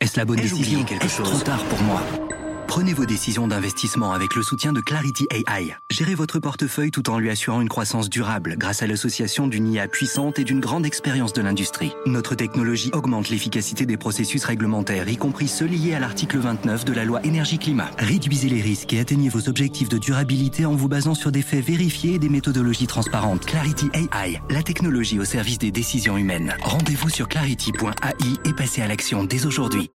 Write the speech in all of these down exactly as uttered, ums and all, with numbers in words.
Est-ce la bonne Ai-je décision? oublié quelque Est-ce chose? trop tard pour moi? Prenez vos décisions d'investissement avec le soutien de Clarity A I. Gérez votre portefeuille tout en lui assurant une croissance durable grâce à l'association d'une I A puissante et d'une grande expérience de l'industrie. Notre technologie augmente l'efficacité des processus réglementaires, y compris ceux liés à l'article vingt-neuf de la loi énergie-climat. Réduisez les risques et atteignez vos objectifs de durabilité en vous basant sur des faits vérifiés et des méthodologies transparentes. Clarity A I, la technologie au service des décisions humaines. Rendez-vous sur clarity point A I et passez à l'action dès aujourd'hui.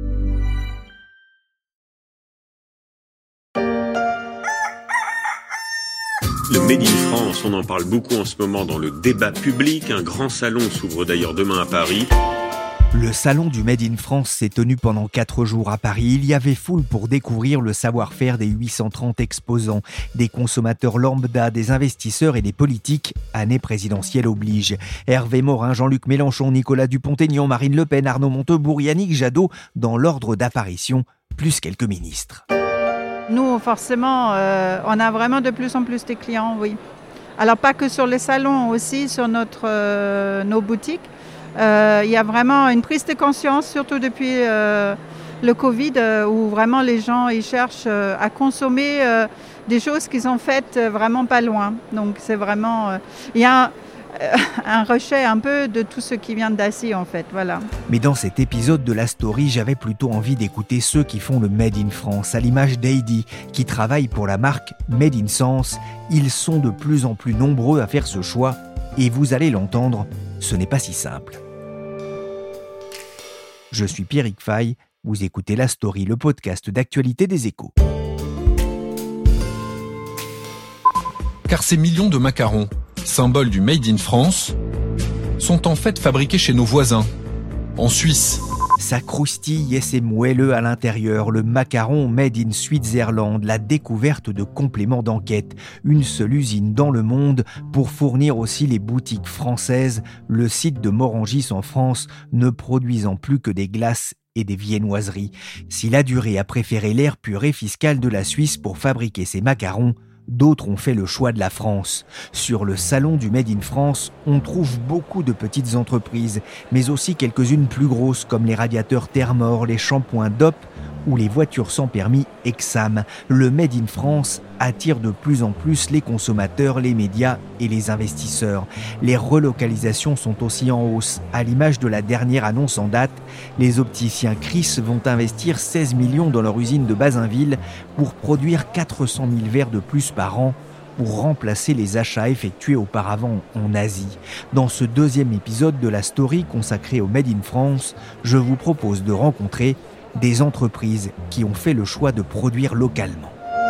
Le Made in France, on en parle beaucoup en ce moment dans le débat public. Un grand salon s'ouvre d'ailleurs demain à Paris. Le salon du Made in France s'est tenu pendant quatre jours à Paris. Il y avait foule pour découvrir le savoir-faire des huit cent trente exposants, des consommateurs lambda, des investisseurs et des politiques. Année présidentielle oblige. Hervé Morin, Jean-Luc Mélenchon, Nicolas Dupont-Aignan, Marine Le Pen, Arnaud Montebourg, Yannick Jadot, dans l'ordre d'apparition, plus quelques ministres. Nous, forcément, euh, on a vraiment de plus en plus de clients, oui. Alors, pas que sur les salons, aussi sur notre, euh, nos boutiques. Euh, il y a vraiment une prise de conscience, surtout depuis euh, le Covid, euh, où vraiment les gens ils cherchent euh, à consommer euh, des choses qui sont faites euh, vraiment pas loin. Donc, c'est vraiment... Euh, il y a un, un rejet un peu de tout ce qui vient d'Asie, en fait, voilà. Mais dans cet épisode de la story, j'avais plutôt envie d'écouter ceux qui font le Made in France, à l'image d'Heidi, qui travaille pour la marque Made in Sens. Ils sont de plus en plus nombreux à faire ce choix, et vous allez l'entendre, ce n'est pas si simple. Je suis Pierrick Fay, vous écoutez La Story, le podcast d'actualité des Échos. Car ces millions de macarons, symboles du Made in France, sont en fait fabriqués chez nos voisins, en Suisse. Ça croustille et c'est moelleux à l'intérieur, le macaron Made in Switzerland, la découverte de compléments d'enquête. Une seule usine dans le monde pour fournir aussi les boutiques françaises, le site de Morangis en France ne produisant plus que des glaces et des viennoiseries. Si la durée a préféré l'air pur et fiscal de la Suisse pour fabriquer ses macarons, d'autres ont fait le choix de la France. Sur le salon du Made in France, on trouve beaucoup de petites entreprises, mais aussi quelques-unes plus grosses comme les radiateurs Thermor, les shampoings D O P ou les voitures sans permis Exam. Le Made in France attire de plus en plus les consommateurs, les médias et les investisseurs. Les relocalisations sont aussi en hausse. À l'image de la dernière annonce en date, les opticiens Chris vont investir seize millions dans leur usine de Bazainville pour produire quatre cent mille verres de plus par an pour remplacer les achats effectués auparavant en Asie. Dans ce deuxième épisode de la story consacrée au Made in France, je vous propose de rencontrer des entreprises qui ont fait le choix de produire localement.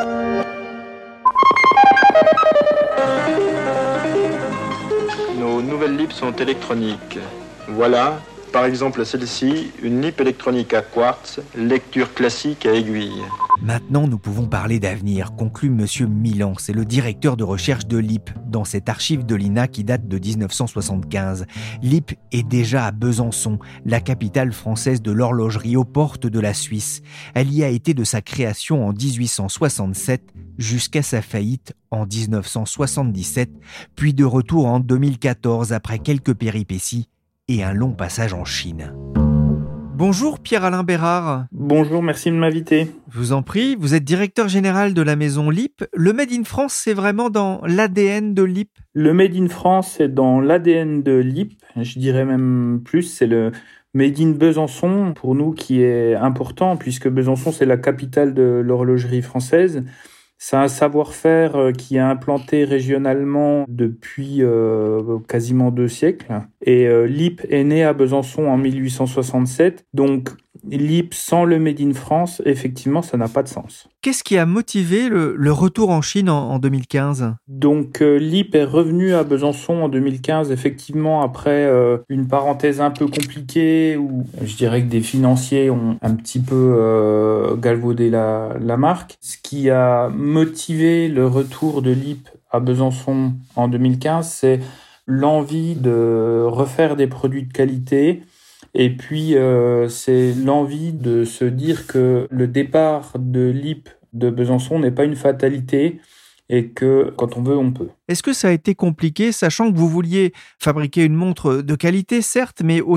Nos nouvelles lipes sont électroniques. Voilà, par exemple celle-ci, une lipe électronique à quartz, lecture classique à aiguille. Maintenant, nous pouvons parler d'avenir, conclut Monsieur Milan. C'est le directeur de recherche de L I P, dans cette archive de l'I N A qui date de dix-neuf cent soixante-quinze. L I P est déjà à Besançon, la capitale française de l'horlogerie aux portes de la Suisse. Elle y a été de sa création en dix-huit cent soixante-sept jusqu'à sa faillite en dix-neuf cent soixante-dix-sept, puis de retour en deux mille quatorze après quelques péripéties et un long passage en Chine. Bonjour Pierre-Alain Bérard. Bonjour, merci de m'inviter. Je vous en prie, vous êtes directeur général de la maison L I P. Le Made in France, c'est vraiment dans l'A D N de L I P? Le Made in France, c'est dans l'A D N de L I P. Je dirais même plus, c'est le Made in Besançon, pour nous, qui est important, puisque Besançon, c'est la capitale de l'horlogerie française. C'est un savoir-faire qui est implanté régionalement depuis euh, quasiment deux siècles. Et euh, L I P est né à Besançon en mille huit cent soixante-sept. Donc L I P sans le Made in France, effectivement, ça n'a pas de sens. Qu'est-ce qui a motivé le, le retour en Chine en, en deux mille quinze? Donc euh, L I P est revenu à Besançon en deux mille quinze, effectivement, après euh, une parenthèse un peu compliquée où je dirais que des financiers ont un petit peu euh, galvaudé la, la marque. Ce qui a motivé le retour de L I P à Besançon en deux mille quinze, c'est l'envie de refaire des produits de qualité. Et puis, euh, c'est l'envie de se dire que le départ de L I P de Besançon n'est pas une fatalité et que quand on veut, on peut. Est-ce que ça a été compliqué, sachant que vous vouliez fabriquer une montre de qualité, certes, mais aussi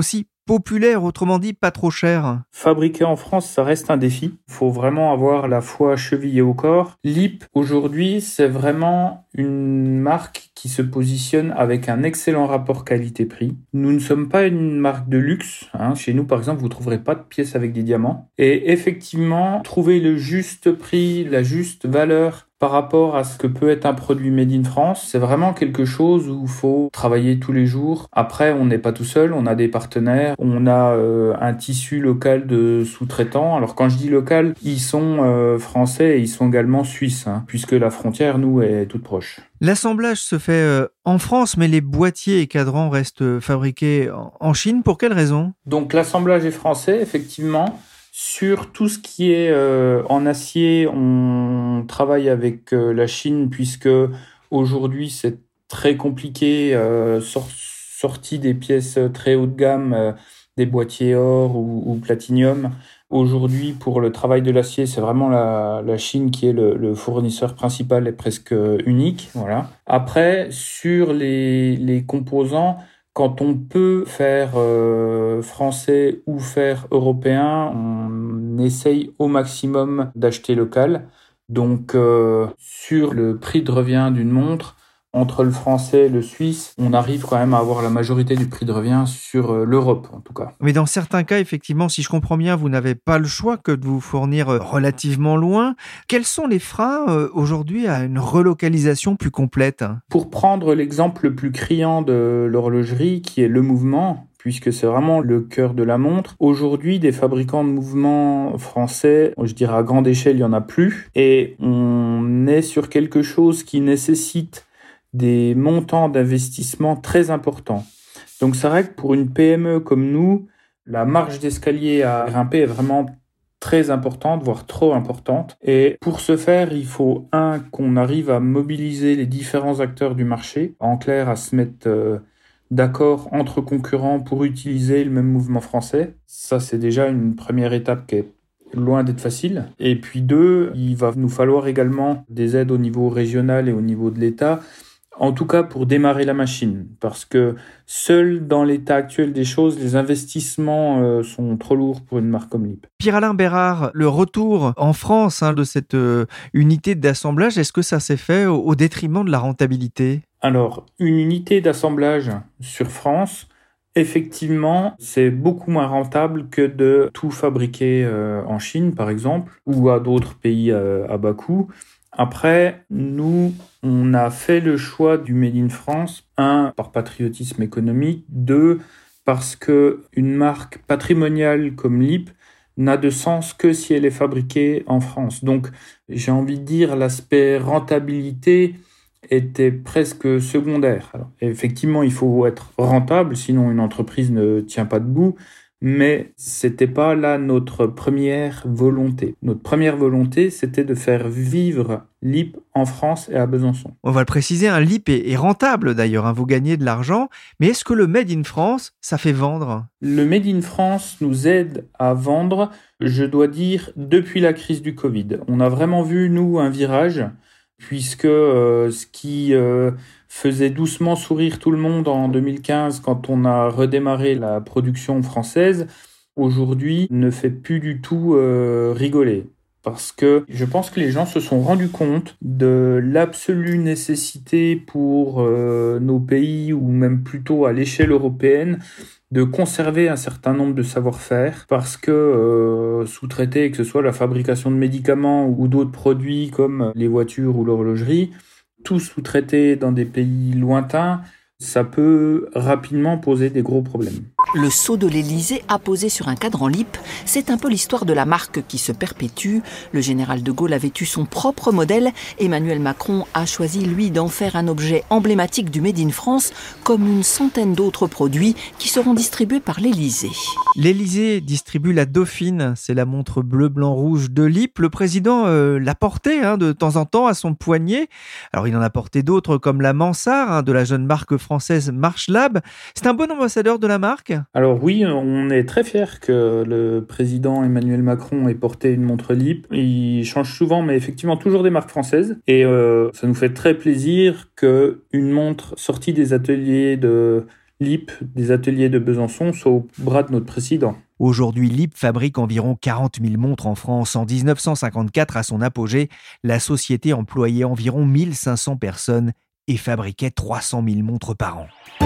populaire, autrement dit pas trop cher? Fabriquer en France, ça reste un défi. Il faut vraiment avoir la foi chevillée au corps. Lip, aujourd'hui, c'est vraiment une marque qui se positionne avec un excellent rapport qualité-prix. Nous ne sommes pas une marque de luxe. Hein. Chez nous, par exemple, vous ne trouverez pas de pièces avec des diamants. Et effectivement, trouver le juste prix, la juste valeur par rapport à ce que peut être un produit made in France, c'est vraiment quelque chose où il faut travailler tous les jours. Après, on n'est pas tout seul, on a des partenaires, on a euh, un tissu local de sous-traitants. Alors quand je dis local, ils sont euh, français et ils sont également suisses, hein, puisque la frontière, nous, est toute proche. L'assemblage se fait euh, en France, mais les boîtiers et cadrans restent fabriqués en Chine. Pour quelle raison? Donc l'assemblage est français, effectivement. Sur tout ce qui est euh, en acier, on travaille avec euh, la Chine puisque aujourd'hui c'est très compliqué, euh, sor- sorti des pièces très haut de gamme, euh, des boîtiers or ou, ou platinium. Aujourd'hui, pour le travail de l'acier, c'est vraiment la, la Chine qui est le, le fournisseur principal et presque unique. Voilà. Après, sur les, les composants, quand on peut faire euh, français ou faire européen, on essaye au maximum d'acheter local. Donc, euh, sur le prix de revient d'une montre, entre le français et le suisse, on arrive quand même à avoir la majorité du prix de revient sur euh, l'Europe, en tout cas. Mais dans certains cas, effectivement, si je comprends bien, vous n'avez pas le choix que de vous fournir relativement loin. Quels sont les freins euh, aujourd'hui à une relocalisation plus complète? Pour prendre l'exemple le plus criant de l'horlogerie, qui est le mouvement, puisque c'est vraiment le cœur de la montre. Aujourd'hui, des fabricants de mouvements français, je dirais à grande échelle, il n'y en a plus. Et on est sur quelque chose qui nécessite des montants d'investissement très importants. Donc c'est vrai que pour une P M E comme nous, la marge d'escalier à grimper est vraiment très importante, voire trop importante. Et pour ce faire, il faut, un, qu'on arrive à mobiliser les différents acteurs du marché, en clair, à se mettre euh, d'accord entre concurrents pour utiliser le même mouvement français. Ça, c'est déjà une première étape qui est loin d'être facile. Et puis deux, il va nous falloir également des aides au niveau régional et au niveau de l'État, en tout cas pour démarrer la machine, parce que seul dans l'état actuel des choses, les investissements euh, sont trop lourds pour une marque comme Lip. Pierre-Alain Bérard, le retour en France hein, de cette euh, unité d'assemblage, est-ce que ça s'est fait au, au détriment de la rentabilité? Alors, une unité d'assemblage sur France, effectivement, c'est beaucoup moins rentable que de tout fabriquer euh, en Chine, par exemple, ou à d'autres pays euh, à bas coût. Après, nous, on a fait le choix du Made in France, un, par patriotisme économique, deux, parce que une marque patrimoniale comme Lip n'a de sens que si elle est fabriquée en France. Donc, j'ai envie de dire, l'aspect rentabilité était presque secondaire. Alors, effectivement, il faut être rentable, sinon une entreprise ne tient pas debout. Mais c'était pas là notre première volonté. Notre première volonté, c'était de faire vivre Lip en France et à Besançon. On va le préciser, un Lip est, est rentable d'ailleurs, hein, vous gagnez de l'argent, mais est-ce que le Made in France, ça fait vendre? Le Made in France nous aide à vendre, je dois dire, depuis la crise du Covid. On a vraiment vu, nous, un virage, puisque euh, ce qui euh, faisait doucement sourire tout le monde en deux mille quinze quand on a redémarré la production française, aujourd'hui ne fait plus du tout euh, rigoler. Parce que je pense que les gens se sont rendus compte de l'absolue nécessité pour euh, nos pays, ou même plutôt à l'échelle européenne, de conserver un certain nombre de savoir-faire, parce que euh, sous-traiter, que ce soit la fabrication de médicaments ou d'autres produits comme les voitures ou l'horlogerie, tout sous-traité dans des pays lointains, ça peut rapidement poser des gros problèmes. Le sceau de l'Élysée apposé sur un cadran Lip, c'est un peu l'histoire de la marque qui se perpétue. Le général de Gaulle avait eu son propre modèle. Emmanuel Macron a choisi, lui, d'en faire un objet emblématique du Made in France, comme une centaine d'autres produits qui seront distribués par l'Élysée. L'Élysée distribue la Dauphine, c'est la montre bleu, blanc, rouge de Lip. Le président euh, l'a portée hein, de temps en temps à son poignet. Alors il en a porté d'autres comme la Mansart hein, de la jeune marque française Marchlab. C'est un bon ambassadeur de la marque? Alors oui, on est très fiers que le président Emmanuel Macron ait porté une montre Lip. Il change souvent, mais effectivement toujours des marques françaises. Et euh, ça nous fait très plaisir qu'une montre sortie des ateliers de L I P des ateliers de Besançon soit au bras de notre président. Aujourd'hui, L I P fabrique environ quarante mille montres en France. En dix-neuf cent cinquante-quatre, à son apogée, la société employait environ mille cinq cents personnes et fabriquait trois cent mille montres par an.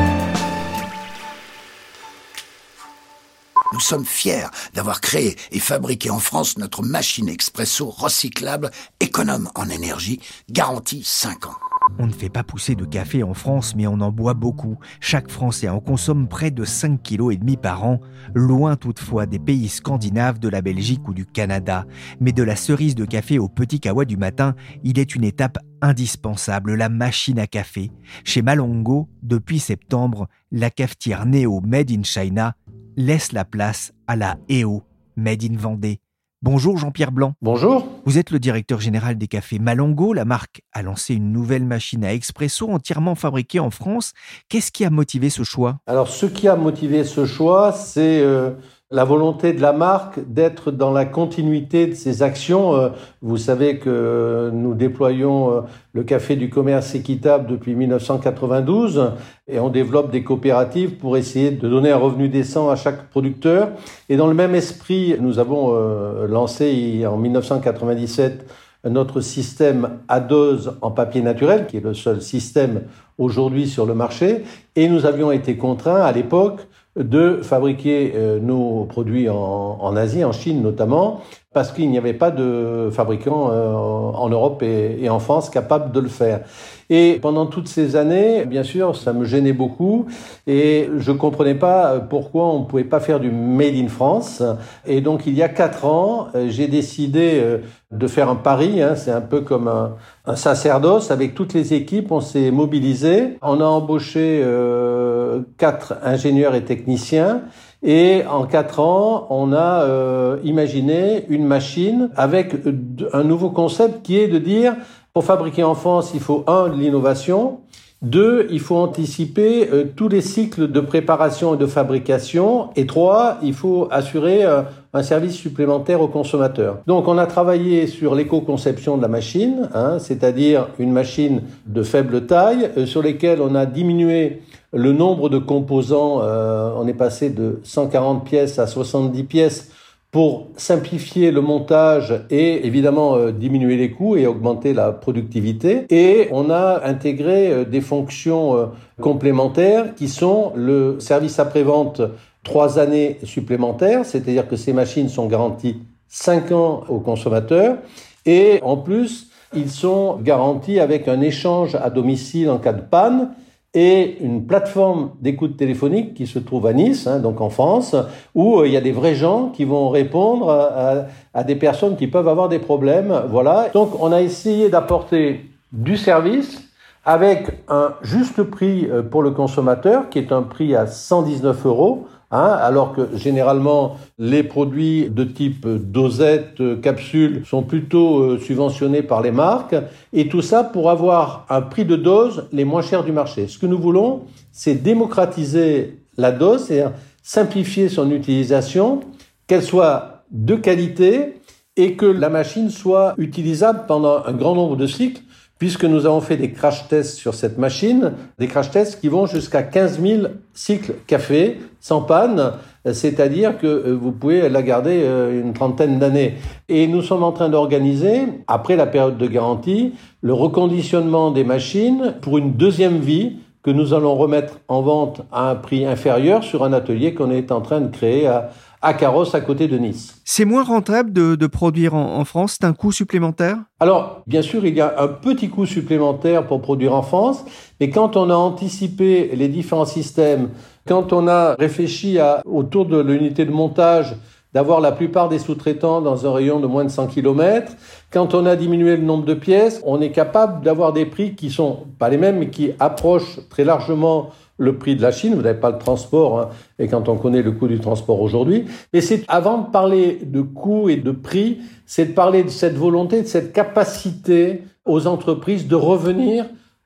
Nous sommes fiers d'avoir créé et fabriqué en France notre machine expresso recyclable, économe en énergie, garantie cinq ans. On ne fait pas pousser de café en France, mais on en boit beaucoup. Chaque Français en consomme près de cinq virgule cinq kilos par an, loin toutefois des pays scandinaves, de la Belgique ou du Canada. Mais de la cerise de café au petit kawa du matin, il est une étape indispensable, la machine à café. Chez Malongo, depuis septembre, la cafetière Neo Made in China laisse la place à la E O Made in Vendée. Bonjour Jean-Pierre Blanc. Bonjour. Vous êtes le directeur général des cafés Malongo. La marque a lancé une nouvelle machine à expresso entièrement fabriquée en France. Qu'est-ce qui a motivé ce choix ? Alors, ce qui a motivé ce choix, c'est euh, la volonté de la marque d'être dans la continuité de ses actions. Euh, vous savez que nous déployons euh, le café du commerce équitable depuis dix-neuf cent quatre-vingt-douze et on développe des coopératives pour essayer de donner un revenu décent à chaque producteur. Et dans le même esprit, nous avons euh, lancé en dix-neuf cent quatre-vingt-dix-sept notre système à dose en papier naturel, qui est le seul système aujourd'hui sur le marché. Et nous avions été contraints à l'époque de fabriquer euh, nos produits en, en Asie, en Chine notamment, parce qu'il n'y avait pas de fabricants euh, en Europe et, et en France capables de le faire. Et pendant toutes ces années, bien sûr, ça me gênait beaucoup et je comprenais pas pourquoi on ne pouvait pas faire du Made in France. Et donc, il y a quatre ans, j'ai décidé de faire un pari, hein, c'est un peu comme un, un sacerdoce. Avec toutes les équipes, on s'est mobilisé. On a embauché euh, quatre ingénieurs et techniciens. Et en quatre ans, on a euh, imaginé une machine avec un nouveau concept qui est de dire, pour fabriquer en France, il faut un, de l'innovation, deux, il faut anticiper euh, tous les cycles de préparation et de fabrication, et trois, il faut assurer euh, un service supplémentaire aux consommateurs. Donc on a travaillé sur l'éco-conception de la machine, hein, c'est-à-dire une machine de faible taille, euh, sur lesquelles on a diminué le nombre de composants. Euh, on est passé de cent quarante pièces à soixante-dix pièces pour simplifier le montage et évidemment euh, diminuer les coûts et augmenter la productivité. Et on a intégré euh, des fonctions euh, complémentaires qui sont le service après-vente trois années supplémentaires, c'est-à-dire que ces machines sont garanties cinq ans aux consommateurs et en plus, ils sont garantis avec un échange à domicile en cas de panne et une plateforme d'écoute téléphonique qui se trouve à Nice, hein, donc en France, où euh, il y a des vrais gens qui vont répondre à, à des personnes qui peuvent avoir des problèmes. Voilà. Donc, on a essayé d'apporter du service avec un juste prix pour le consommateur, qui est un prix à cent dix-neuf euros. Hein, alors que généralement les produits de type dosette, capsule sont plutôt euh, subventionnés par les marques, et tout ça pour avoir un prix de dose les moins chers du marché. Ce que nous voulons, c'est démocratiser la dose, c'est-à-dire simplifier son utilisation, qu'elle soit de qualité et que la machine soit utilisable pendant un grand nombre de cycles, puisque nous avons fait des crash tests sur cette machine, des crash tests qui vont jusqu'à quinze mille cycles café, sans panne, c'est-à-dire que vous pouvez la garder une trentaine d'années. Et nous sommes en train d'organiser, après la période de garantie, le reconditionnement des machines pour une deuxième vie que nous allons remettre en vente à un prix inférieur sur un atelier qu'on est en train de créer à à Carros, à côté de Nice. C'est moins rentable de, de produire en, en France, c'est un coût supplémentaire ? Alors, bien sûr, il y a un petit coût supplémentaire pour produire en France, mais quand on a anticipé les différents systèmes, quand on a réfléchi à, autour de l'unité de montage, d'avoir la plupart des sous-traitants dans un rayon de moins de cent kilomètres, quand on a diminué le nombre de pièces, on est capable d'avoir des prix qui sont pas les mêmes, mais qui approchent très largement le prix de la Chine. Vous n'avez pas le transport, hein, et quand on connaît le coût du transport aujourd'hui. Mais c'est, avant de parler de coût et de prix, c'est de parler de cette volonté, de cette capacité aux entreprises de revenir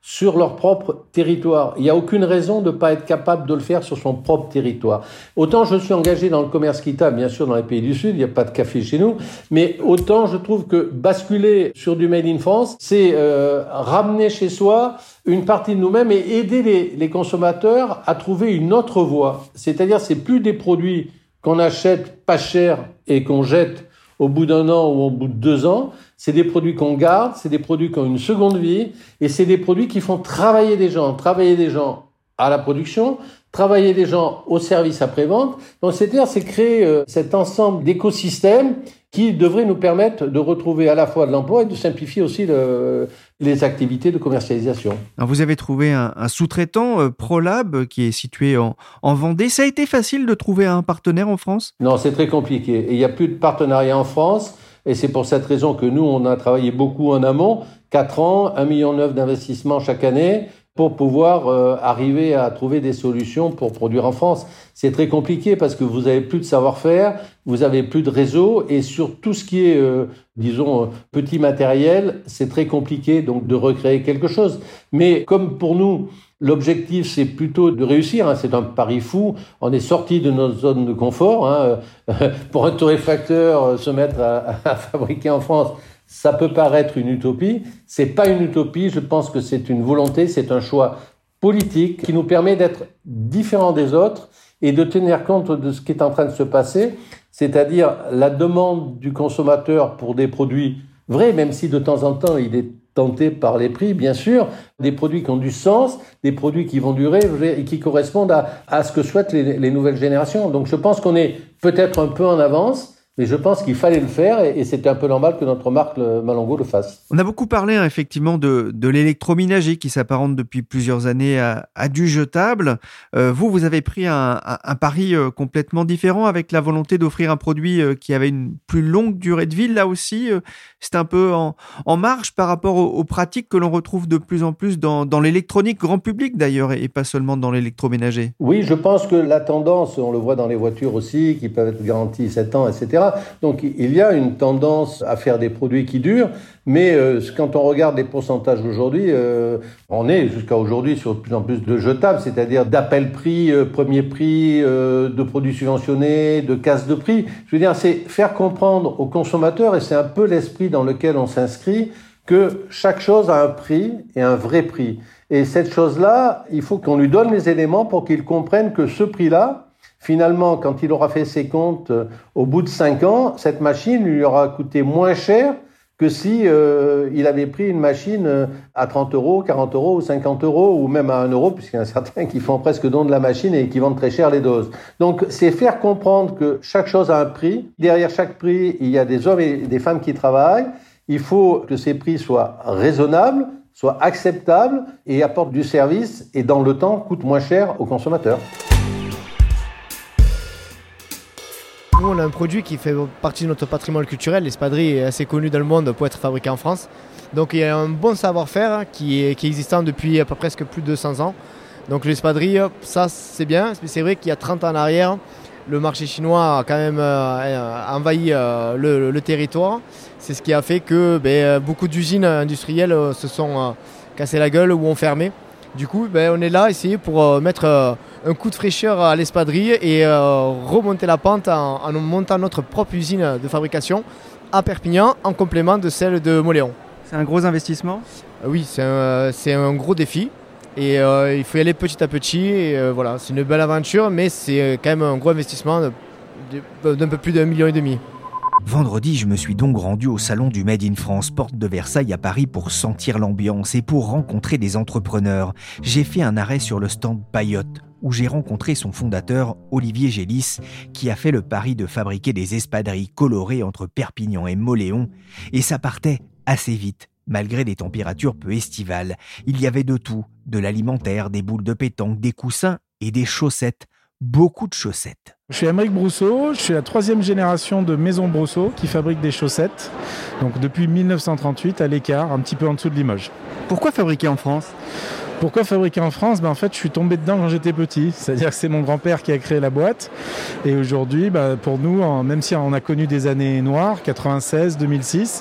sur leur propre territoire. Il n'y a aucune raison de ne pas être capable de le faire sur son propre territoire. Autant je suis engagé dans le commerce Kita, bien sûr dans les pays du Sud, il n'y a pas de café chez nous, mais autant je trouve que basculer sur du Made in France, c'est euh, ramener chez soi une partie de nous-mêmes et aider les, les consommateurs à trouver une autre voie. C'est-à-dire, c'est plus des produits qu'on achète pas cher et qu'on jette au bout d'un an ou au bout de deux ans, c'est des produits qu'on garde, c'est des produits qui ont une seconde vie, et c'est des produits qui font travailler des gens, travailler des gens à la production, travailler des gens au service après-vente. Donc, c'est-à-dire, c'est créer euh, cet ensemble d'écosystèmes qui devrait nous permettre de retrouver à la fois de l'emploi et de simplifier aussi le, les activités de commercialisation. Alors vous avez trouvé un, un sous-traitant, euh, ProLab, qui est situé en, en Vendée. Ça a été facile de trouver un partenaire en France ? Non, c'est très compliqué. Et il n'y a plus de partenariat en France. Et c'est pour cette raison que nous, on a travaillé beaucoup en amont. Quatre ans, un million neuf d'investissements chaque année pour pouvoir euh, arriver à trouver des solutions pour produire en France. C'est très compliqué parce que vous avez plus de savoir-faire, vous avez plus de réseau et sur tout ce qui est, euh, disons, euh, petit matériel, c'est très compliqué donc de recréer quelque chose. Mais comme pour nous, l'objectif, c'est plutôt de réussir. Hein, c'est un pari fou. On est sorti de notre zone de confort. Hein, pour un torréfacteur, euh, se mettre à, à fabriquer en France, ça peut paraître une utopie. C'est pas une utopie. Je pense que c'est une volonté, c'est un choix politique qui nous permet d'être différents des autres et de tenir compte de ce qui est en train de se passer, c'est-à-dire la demande du consommateur pour des produits vrais, même si de temps en temps il est tenté par les prix, bien sûr, des produits qui ont du sens, des produits qui vont durer et qui correspondent à, à ce que souhaitent les, les nouvelles générations. Donc je pense qu'on est peut-être un peu en avance, mais je pense qu'il fallait le faire et, et c'était un peu normal que notre marque le, Malango le fasse. On a beaucoup parlé hein, effectivement de, de l'électroménager qui s'apparente depuis plusieurs années à, à du jetable. Euh, vous, vous avez pris un, un, un pari euh, complètement différent avec la volonté d'offrir un produit euh, qui avait une plus longue durée de vie. Là aussi, euh, c'est un peu en, en marge par rapport aux, aux pratiques que l'on retrouve de plus en plus dans, dans l'électronique grand public d'ailleurs et, et pas seulement dans l'électroménager. Oui, je pense que la tendance, on le voit dans les voitures aussi, qui peuvent être garanties sept ans, et cetera. Donc il y a une tendance à faire des produits qui durent, mais euh, quand on regarde les pourcentages aujourd'hui, euh, on est jusqu'à aujourd'hui sur de plus en plus de jetables, c'est-à-dire d'appel prix, euh, premier prix, euh, de produits subventionnés, de casse de prix. Je veux dire, c'est faire comprendre aux consommateurs, et c'est un peu l'esprit dans lequel on s'inscrit, que chaque chose a un prix et un vrai prix. Et cette chose-là, il faut qu'on lui donne les éléments pour qu'il comprenne que ce prix-là, finalement, quand il aura fait ses comptes euh, au bout de cinq ans, cette machine lui aura coûté moins cher que si euh, il avait pris une machine euh, à trente euros, quarante euros ou cinquante euros ou même à un euro, puisqu'il y en a certains qui font presque don de la machine et qui vendent très cher les doses. Donc, c'est faire comprendre que chaque chose a un prix. Derrière chaque prix, il y a des hommes et des femmes qui travaillent. Il faut que ces prix soient raisonnables, soient acceptables et apportent du service et dans le temps coûtent moins cher aux consommateurs. Nous, on a un produit qui fait partie de notre patrimoine culturel. L'espadrille est assez connu dans le monde pour être fabriqué en France. Donc il y a un bon savoir-faire qui est, qui est existant depuis à peu près plus de deux cents ans. Donc l'espadrille, ça c'est bien. Mais c'est vrai qu'il y a trente ans en arrière, le marché chinois a quand même euh, envahi euh, le, le territoire. C'est ce qui a fait que ben, beaucoup d'usines industrielles euh, se sont euh, cassées la gueule ou ont fermé. Du coup, ben, on est là, essayer pour euh, mettre euh, un coup de fraîcheur à l'espadrille et euh, remonter la pente en, en montant notre propre usine de fabrication à Perpignan, en complément de celle de Mauléon. C'est un gros investissement ? euh, Oui, c'est un, c'est un gros défi et euh, il faut y aller petit à petit. Et, euh, voilà, c'est une belle aventure, mais c'est quand même un gros investissement de, de, d'un peu plus d'un million et demi. Vendredi, je me suis donc rendu au salon du Made in France, porte de Versailles à Paris, pour sentir l'ambiance et pour rencontrer des entrepreneurs. J'ai fait un arrêt sur le stand Payotte, où j'ai rencontré son fondateur, Olivier Gélis, qui a fait le pari de fabriquer des espadrilles colorées entre Perpignan et Mauléon. Et ça partait assez vite, malgré des températures peu estivales. Il y avait de tout, de l'alimentaire, des boules de pétanque, des coussins et des chaussettes. Beaucoup de chaussettes. Je suis Aymeric Brousseau, je suis la troisième génération de Maison Brousseau qui fabrique des chaussettes. Donc depuis mille neuf cent trente-huit à l'écart, un petit peu en dessous de Limoges. Pourquoi fabriquer en France ? Pourquoi fabriquer en France ? Ben, en fait, je suis tombé dedans quand j'étais petit. C'est-à-dire que c'est mon grand-père qui a créé la boîte. Et aujourd'hui, ben, pour nous, en, même si on a connu des années noires, quatre-vingt-seize, deux mille six,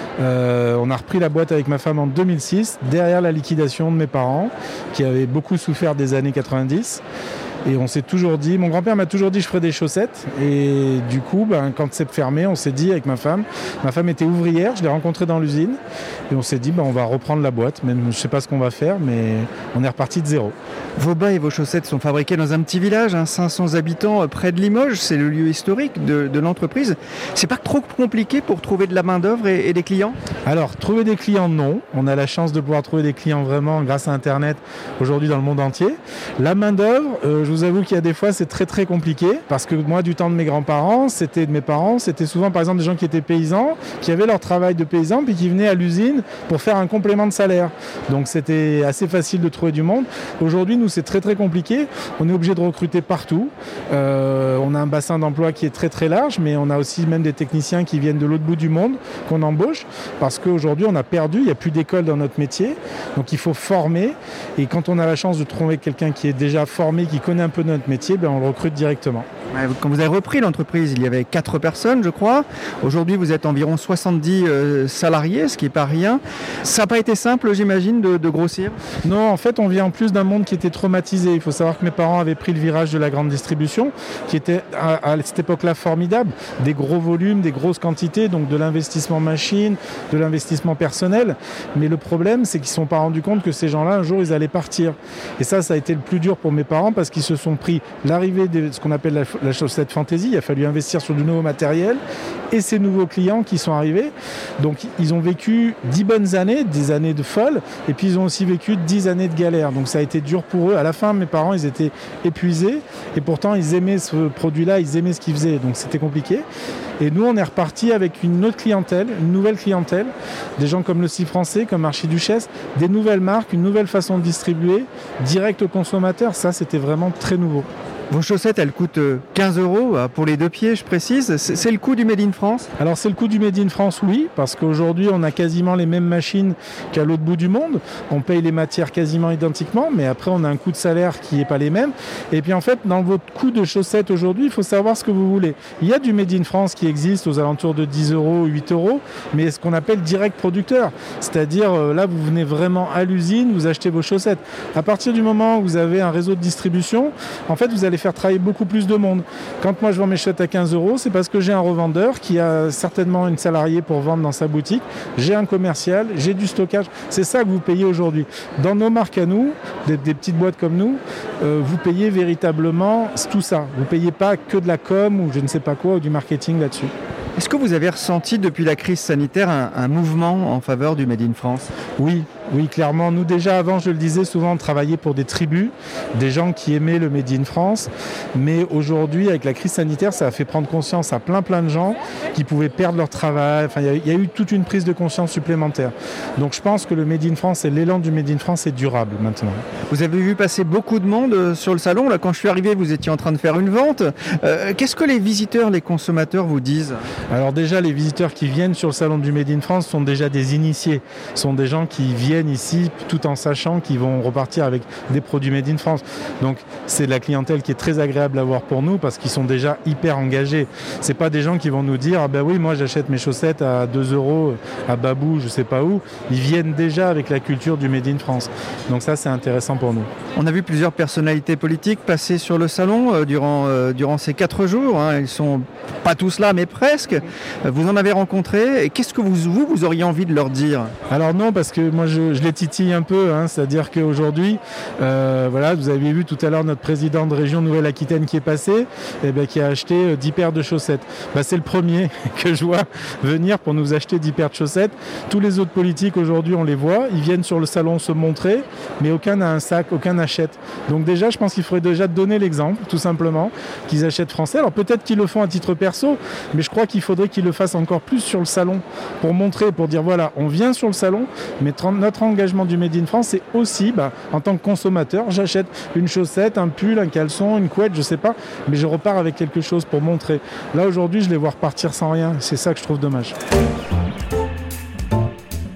euh, on a repris la boîte avec ma femme en deux mille six, derrière la liquidation de mes parents, qui avaient beaucoup souffert des années quatre-vingt-dix. Et on s'est toujours dit, mon grand-père m'a toujours dit que je ferais des chaussettes. Et du coup, ben, quand c'est fermé, on s'est dit avec ma femme, ma femme était ouvrière, je l'ai rencontrée dans l'usine. Et on s'est dit, ben, on va reprendre la boîte. Même, je ne sais pas ce qu'on va faire, mais on est reparti de zéro. Vos bas et vos chaussettes sont fabriqués dans un petit village, hein, cinq cents habitants, près de Limoges. C'est le lieu historique de, de l'entreprise. C'est pas trop compliqué pour trouver de la main-d'œuvre et, et des clients ? Alors, trouver des clients, non. On a la chance de pouvoir trouver des clients vraiment grâce à Internet aujourd'hui dans le monde entier. La main-d'œuvre, euh, je Je vous avoue qu'il y a des fois c'est très très compliqué parce que moi du temps de mes grands-parents, c'était de mes parents, c'était souvent par exemple des gens qui étaient paysans, qui avaient leur travail de paysan puis qui venaient à l'usine pour faire un complément de salaire. Donc c'était assez facile de trouver du monde. Aujourd'hui nous c'est très très compliqué, on est obligé de recruter partout. Euh, on a un bassin d'emploi qui est très très large, mais on a aussi même des techniciens qui viennent de l'autre bout du monde qu'on embauche parce qu'aujourd'hui on a perdu, il n'y a plus d'école dans notre métier, donc il faut former et quand on a la chance de trouver quelqu'un qui est déjà formé, qui connaît un peu notre métier, ben on le recrute directement. Quand vous avez repris l'entreprise, il y avait quatre personnes, je crois. Aujourd'hui, vous êtes environ soixante-dix euh, salariés, ce qui n'est pas rien. Ça n'a pas été simple, j'imagine, de, de grossir ? Non, en fait, on vient en plus d'un monde qui était traumatisé. Il faut savoir que mes parents avaient pris le virage de la grande distribution, qui était à, à cette époque-là formidable. Des gros volumes, des grosses quantités, donc de l'investissement machine, de l'investissement personnel. Mais le problème, c'est qu'ils ne se sont pas rendus compte que ces gens-là, un jour, ils allaient partir. Et ça, ça a été le plus dur pour mes parents parce qu'ils se sont pris l'arrivée de ce qu'on appelle la, la chaussette fantaisie. Il a fallu investir sur du nouveau matériel et ces nouveaux clients qui sont arrivés. Donc ils ont vécu dix bonnes années, des années de folle, et puis ils ont aussi vécu dix années de galère. Donc ça a été dur pour eux. À la fin, mes parents, ils étaient épuisés et pourtant ils aimaient ce produit-là, ils aimaient ce qu'ils faisaient. Donc c'était compliqué. Et nous, on est reparti avec une autre clientèle, une nouvelle clientèle, des gens comme le Six Français, comme Archiduchesse, des nouvelles marques, une nouvelle façon de distribuer, direct aux consommateurs. Ça, c'était vraiment très nouveau. Vos chaussettes, elles coûtent quinze euros pour les deux pieds, je précise. C'est le coût du Made in France ? Alors c'est le coût du Made in France, oui, parce qu'aujourd'hui on a quasiment les mêmes machines qu'à l'autre bout du monde. On paye les matières quasiment identiquement, mais après on a un coût de salaire qui n'est pas les mêmes. Et puis en fait, dans votre coût de chaussettes aujourd'hui, il faut savoir ce que vous voulez. Il y a du Made in France qui existe aux alentours de dix euros, huit euros, mais ce qu'on appelle direct producteur. C'est-à-dire là, vous venez vraiment à l'usine, vous achetez vos chaussettes. À partir du moment où vous avez un réseau de distribution, en fait, vous allez faire travailler beaucoup plus de monde. Quand moi je vends mes chaussettes à quinze euros, c'est parce que j'ai un revendeur qui a certainement une salariée pour vendre dans sa boutique, j'ai un commercial, j'ai du stockage. C'est ça que vous payez aujourd'hui. Dans nos marques à nous, des, des petites boîtes comme nous, euh, vous payez véritablement tout ça. Vous ne payez pas que de la com ou je ne sais pas quoi ou du marketing là-dessus. Est-ce que vous avez ressenti depuis la crise sanitaire un, un mouvement en faveur du Made in France ? Oui. Oui, clairement. Nous, déjà, avant, je le disais, souvent, on travaillait pour des tribus, des gens qui aimaient le Made in France. Mais aujourd'hui, avec la crise sanitaire, ça a fait prendre conscience à plein, plein de gens qui pouvaient perdre leur travail. Enfin, il y, y a eu toute une prise de conscience supplémentaire. Donc, je pense que le Made in France et l'élan du Made in France est durable maintenant. Vous avez vu passer beaucoup de monde sur le salon. Là, quand je suis arrivé, vous étiez en train de faire une vente. Euh, qu'est-ce que les visiteurs, les consommateurs vous disent ? Alors déjà, les visiteurs qui viennent sur le salon du Made in France sont déjà des initiés. Ce sont des gens qui viennent ici tout en sachant qu'ils vont repartir avec des produits Made in France. Donc c'est de la clientèle qui est très agréable à voir pour nous parce qu'ils sont déjà hyper engagés. C'est pas des gens qui vont nous dire ah ben oui moi j'achète mes chaussettes à deux euros à Babou je sais pas où. Ils viennent déjà avec la culture du Made in France. Donc ça c'est intéressant pour nous. On a vu plusieurs personnalités politiques passer sur le salon euh, durant, euh, durant ces quatre jours. Hein. Ils sont pas tous là mais presque. Vous en avez rencontré. Et qu'est-ce que vous, vous, vous auriez envie de leur dire ? Alors non parce que moi je, je les titille un peu, hein, c'est-à-dire qu'aujourd'hui, euh, voilà, vous avez vu tout à l'heure notre président de région Nouvelle-Aquitaine qui est passé, et ben, qui a acheté dix paires de chaussettes. Ben, c'est le premier que je vois venir pour nous acheter dix paires de chaussettes. Tous les autres politiques aujourd'hui, on les voit, ils viennent sur le salon se montrer, mais aucun n'a un sac, aucun n'achète. Donc déjà, je pense qu'il faudrait déjà donner l'exemple, tout simplement, qu'ils achètent français. Alors peut-être qu'ils le font à titre perso, mais je crois qu'il faudrait qu'ils le fassent encore plus sur le salon pour montrer, pour dire voilà, on vient sur le salon, mais notre engagement du Made in France, c'est aussi, bah, en tant que consommateur, j'achète une chaussette, un pull, un caleçon, une couette, je sais pas, mais je repars avec quelque chose pour montrer. Là, aujourd'hui, je les vois repartir sans rien. C'est ça que je trouve dommage.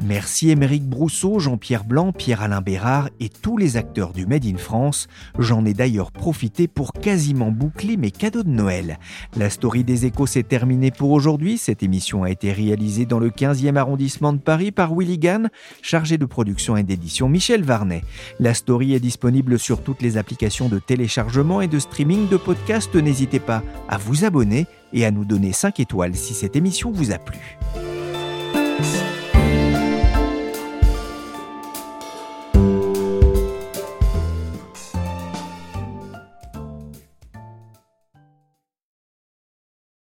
Merci Émeric Brousseau, Jean-Pierre Blanc, Pierre-Alain Bérard et tous les acteurs du Made in France. J'en ai d'ailleurs profité pour quasiment boucler mes cadeaux de Noël. La story des échos s'est terminée pour aujourd'hui. Cette émission a été réalisée dans le quinzième arrondissement de Paris par Willy Gann, chargé de production et d'édition Michel Varnet. La story est disponible sur toutes les applications de téléchargement et de streaming de podcasts. N'hésitez pas à vous abonner et à nous donner cinq étoiles si cette émission vous a plu.